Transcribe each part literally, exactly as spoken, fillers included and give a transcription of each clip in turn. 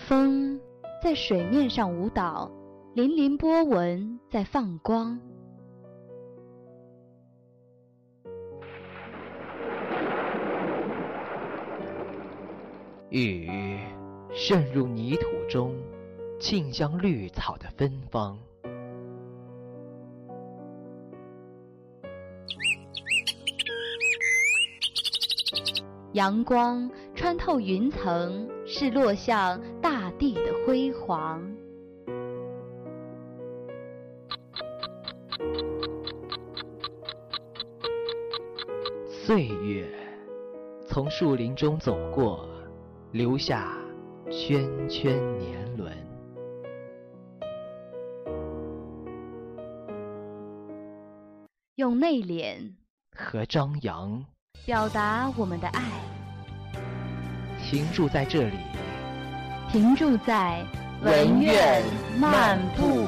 风在水面上舞蹈，粼粼波纹在放光。 雨渗入泥土中，沁香绿草的芬芳。 阳光穿透云层，是落向大地的辉煌。 岁月从树林中走过，留下圈圈年轮。 用内敛和张扬表达我们的爱， 停驻在这里， 停驻在文苑漫步。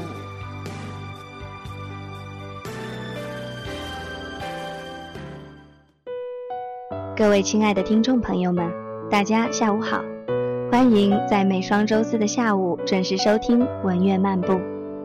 各位亲爱的听众朋友们，大家下午好，欢迎在每双周四的下午准时收听文苑漫步。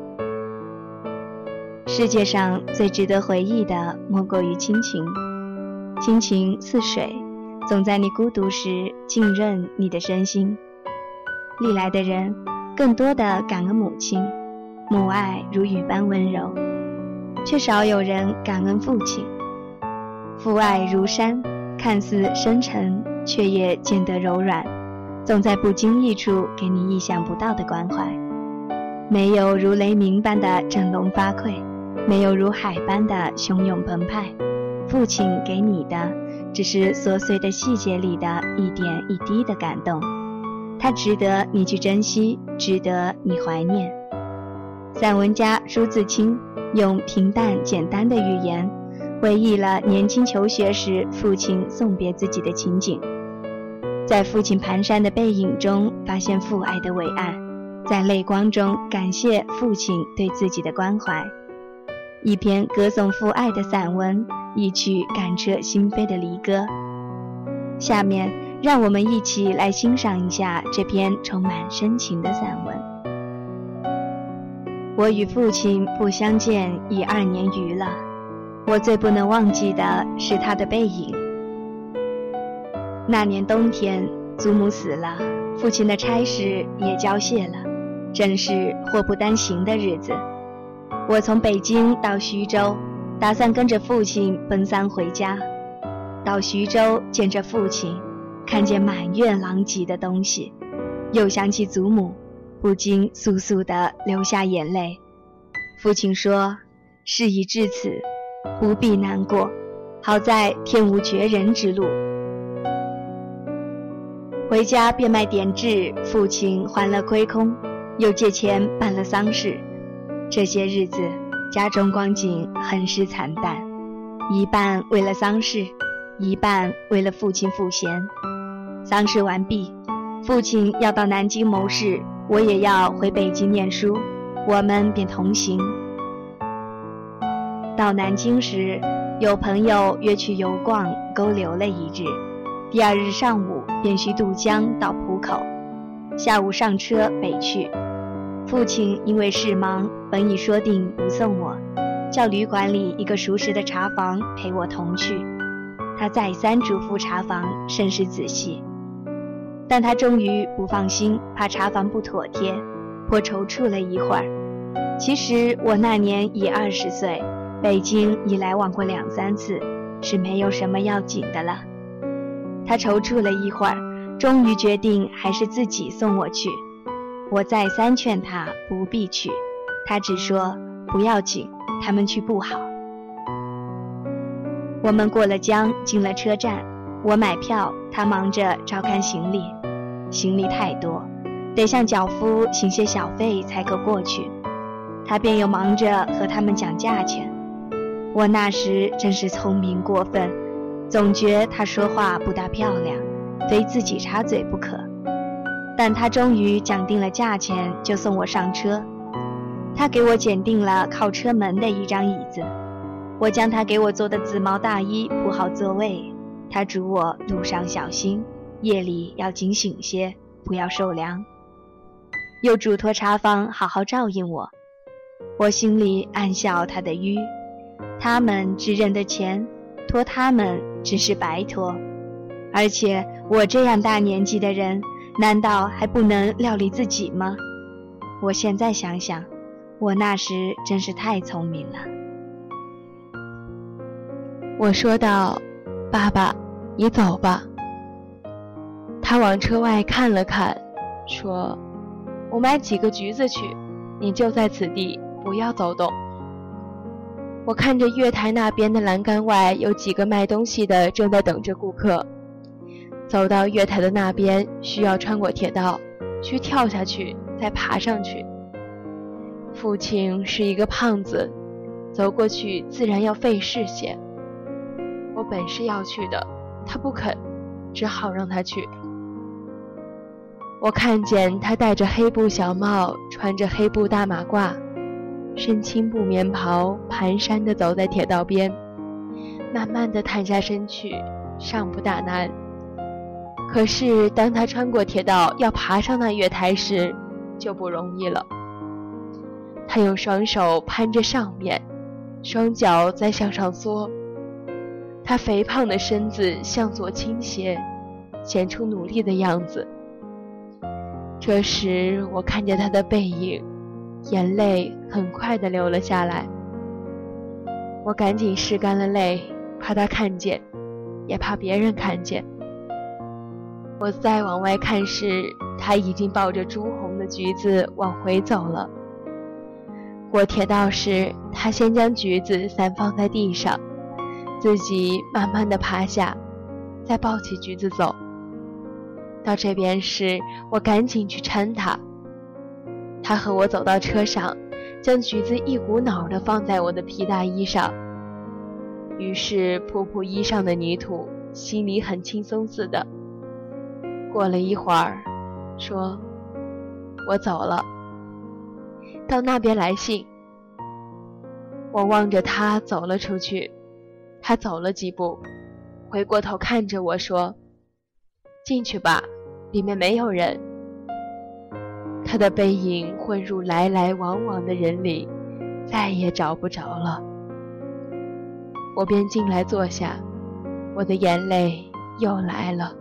世界上最值得回忆的莫过于亲情，亲情似水，总在你孤独时浸润你的身心。历来的人更多的感恩母亲，母爱如雨般温柔，却少有人感恩父亲。父爱如山，看似深沉，却也见得柔软，总在不经意处给你意想不到的关怀。没有如雷鸣般的振聋发聩，没有如海般的汹涌澎湃，父亲给你的只是琐碎的细节里的一点一滴的感动，它值得你去珍惜，值得你怀念。散文家朱自清用平淡简单的语言回忆了年轻求学时父亲送别自己的情景，在父亲蹒跚的背影中发现父爱的伟岸，在泪光中感谢父亲对自己的关怀。一篇歌颂父爱的散文，一曲感彻心扉的离歌。下面让我们一起来欣赏一下这篇充满深情的散文。我与父亲不相见已二年余了，我最不能忘记的是他的背影。那年冬天，祖母死了，父亲的差事也交卸了，正是祸不单行的日子。我从北京到徐州，打算跟着父亲奔丧回家。到徐州见着父亲，看见满院狼藉的东西，又想起祖母，不禁簌簌地流下眼泪。父亲说，事已至此，不必难过，好在天无绝人之路。回家变卖典质，父亲还了亏空，又借钱办了丧事。这些日子家中光景很是惨淡，一半为了丧事，一半为了父亲赋闲。丧事完毕，父亲要到南京谋事，我也要回北京念书，我们便同行。到南京时，有朋友约去游逛，勾留了一日。第二日上午便须渡江到浦口，下午上车北去。父亲因为事忙，本已说定不送我，叫旅馆里一个熟识的茶房陪我同去。他再三嘱咐茶房甚是仔细，但他终于不放心，怕茶房不妥帖，颇踌躇了一会儿。其实我那年已二十岁，北京已来往过两三次，是没有什么要紧的了。他踌躇了一会儿，终于决定还是自己送我去。我再三劝他不必去，他只说不要紧，他们去不好。我们过了江，进了车站，我买票，他忙着照看行李。行李太多，得向脚夫请些小费才可过去，他便又忙着和他们讲价钱。我那时真是聪明过分，总觉他说话不大漂亮，非自己插嘴不可。但他终于讲定了价钱，就送我上车。他给我拣定了靠车门的一张椅子，我将他给我做的紫毛大衣铺好座位。他嘱我路上小心，夜里要警醒些，不要受凉。 又嘱托茶房好好照应我。我心里暗笑他的愚，他们只认得钱，托他们只是白托。而且我这样大年纪的人，难道还不能料理自己吗？我现在想想，我那时真是太聪明了。 我说道：爸爸，你走吧。他往车外看了看，说：我买几个橘子去，你就在此地，不要走动。我看着月台那边的栏杆外有几个卖东西的正在等着顾客，走到月台的那边需要穿过铁道，去跳下去再爬上去。父亲是一个胖子，走过去自然要费事些。我本是要去的，他不肯，只好让他去。我看见他戴着黑布小帽，穿着黑布大马褂，身青布棉袍，蹒跚地走在铁道边，慢慢地探下身去，尚不大难。可是当他穿过铁道要爬上那月台时，就不容易了。他用双手攀着上面，双脚在向上缩，他肥胖的身子向左倾斜，显出努力的样子。这时我看见他的背影，眼泪很快地流了下来。我赶紧拭干了泪，怕他看见，也怕别人看见。我再往外看时，他已经抱着朱红的橘子往回走了。过铁道时，他先将橘子散放在地上，自己慢慢地爬下，再抱起橘子走。到这边时，我赶紧去搀他。他和我走到车上，将橘子一股脑地放在我的皮大衣上，于是扑扑衣上的泥土，心里很轻松似的。过了一会儿，说：我走了，到那边来信。我望着他走了出去，他走了几步，回过头看着我说：进去吧，里面没有人。他的背影混入来来往往的人里，再也找不着了。我便进来坐下，我的眼泪又来了。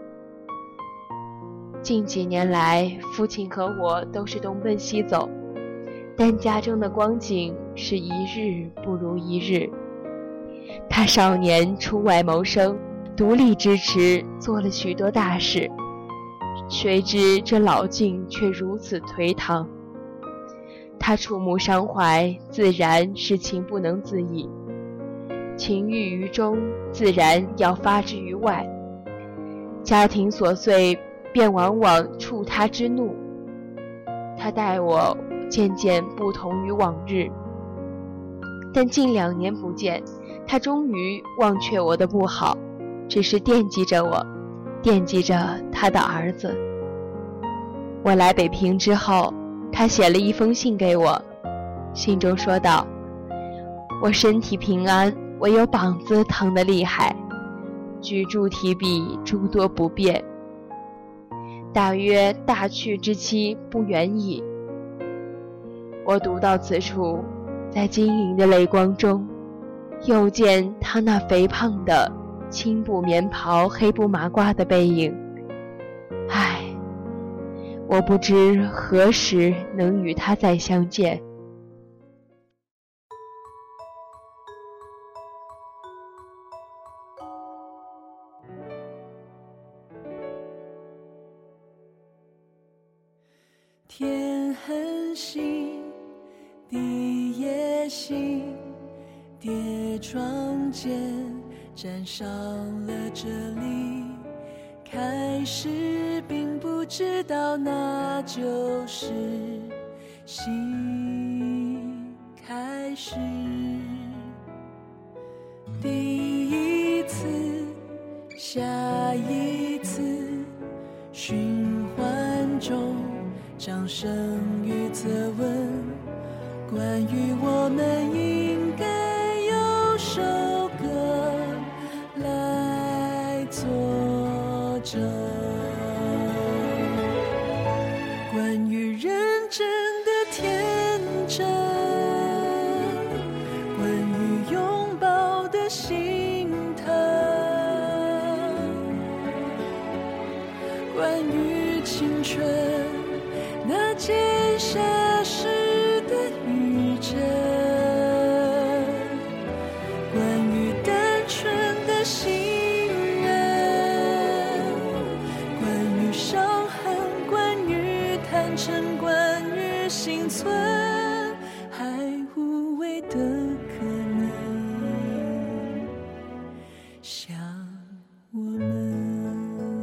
近几年来，父亲和我都是东奔西走，但家中的光景是一日不如一日。他少年出外谋生，独立支持，做了许多大事，谁知这老境却如此颓唐。他触目伤怀，自然是情不能自抑，情郁于中，自然要发之于外。家庭琐碎便往往触他之怒。他待我渐渐不同于往日，但近两年不见，他终于忘却我的不好，只是惦记着我，惦记着他的儿子。我来北平之后，他写了一封信给我，信中说道：我身体平安，唯有膀子疼得厉害，举箸提笔诸多不便，大约大去之期不远矣。我读到此处，在晶莹的泪光中，又见他那肥胖的青布棉袍黑布马褂的背影。唉，我不知何时能与他再相见。 天很细，地也细，叠床间沾上了这里。开始并不知道那就是心开始。第一次，下一次，循环中掌声与责问，关于我们应该有首歌来作证，关于人心疼，关于青春那渐消失的余震，关于单纯的信任，关于伤痕，关于坦诚，关于幸存，还无谓的可能。像我们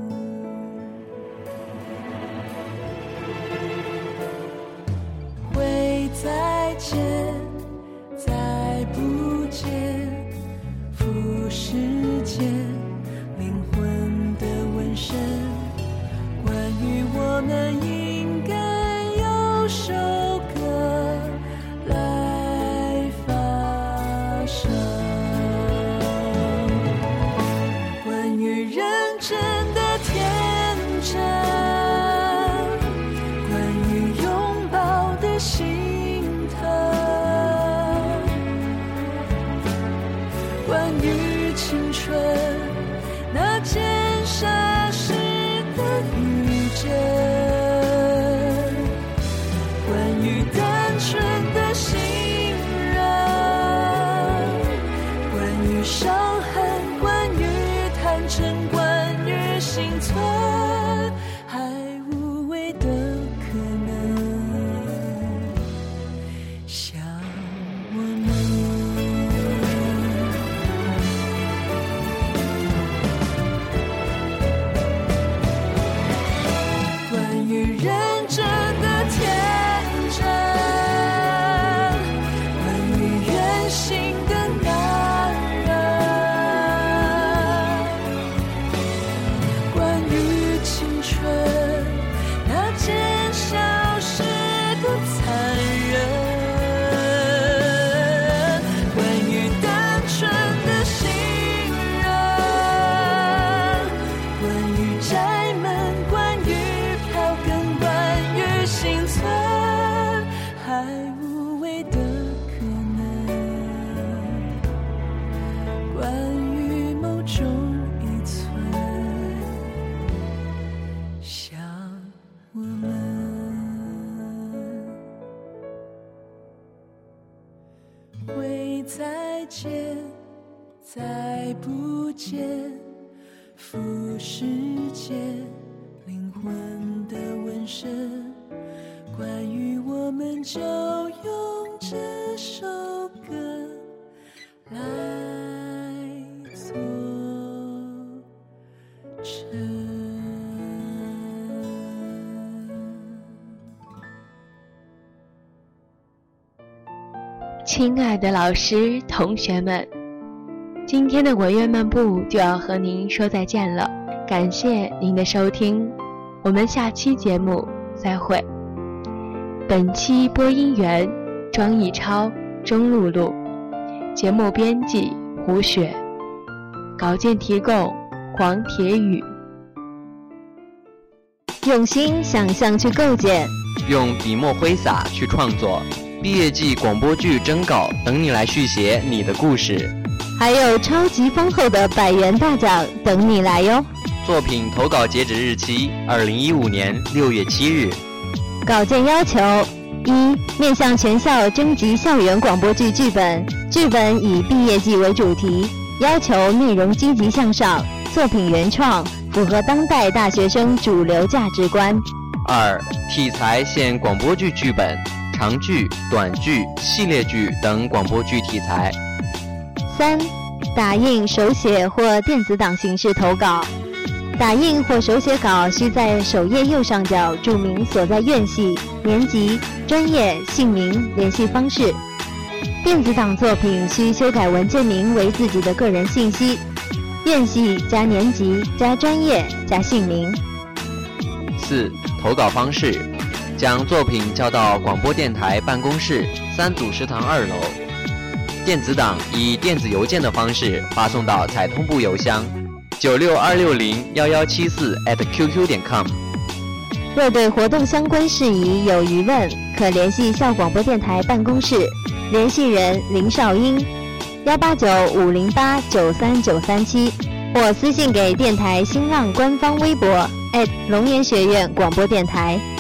会再见，再不见，浮世间灵魂的纹身，关于我们应该有首歌来发生，关于认真的天真，关于拥抱的心疼，关于青春那渐消失的余震，关于单纯的信任，关于伤痕，关于坦诚，关于幸存，还无谓的可能。像我们关于认真的天真，关于远行的男人，关于青春那渐消失的残忍，关于单纯的信任，关于宅门，关于票根，关于幸存，还无谓的可能，关于某种遗存。像我们会再见，再不见，浮世间灵魂的纹身，关于我们就用这首歌来做成。 亲爱的老师、同学们，今天的文苑漫步就要和您说再见了，感谢您的收听，我们下期节目再会。本期播音员庄以超、钟露露，节目编辑胡雪，稿件提供黄铁宇。 用心想象去构建， 用笔墨挥洒去创作，毕业季广播剧征稿等你来续写你的故事， 还有超级丰厚的百元大奖等你来哟！ 作品投稿截止日期二零一五年六月七日。 稿件要求：一、面向全校征集校园广播剧剧本，剧本以毕业季为主题，要求内容积极向上，作品原创，符合当代大学生主流价值观。 二、题材限广播剧剧本、长剧、短剧、系列剧等广播剧题材。 三、打印、手写或电子档形式投稿。打印或手写稿需在首页右上角注明所在院系、年级、专业、姓名、联系方式。电子档作品需修改文件名为自己的个人信息，院系加年级加专业加姓名。 四、投稿方式：将作品交到广播电台办公室三组食堂二楼，电子档以电子邮件的方式发送到采通部邮箱九六二六零幺幺七四 at qq 点 com。 若对活动相关事宜有疑问，可联系校广播电台办公室，联系人林少英。 幺八九五零八九三九三七，或私信给电台新浪官方微博 at 龙岩学院广播电台。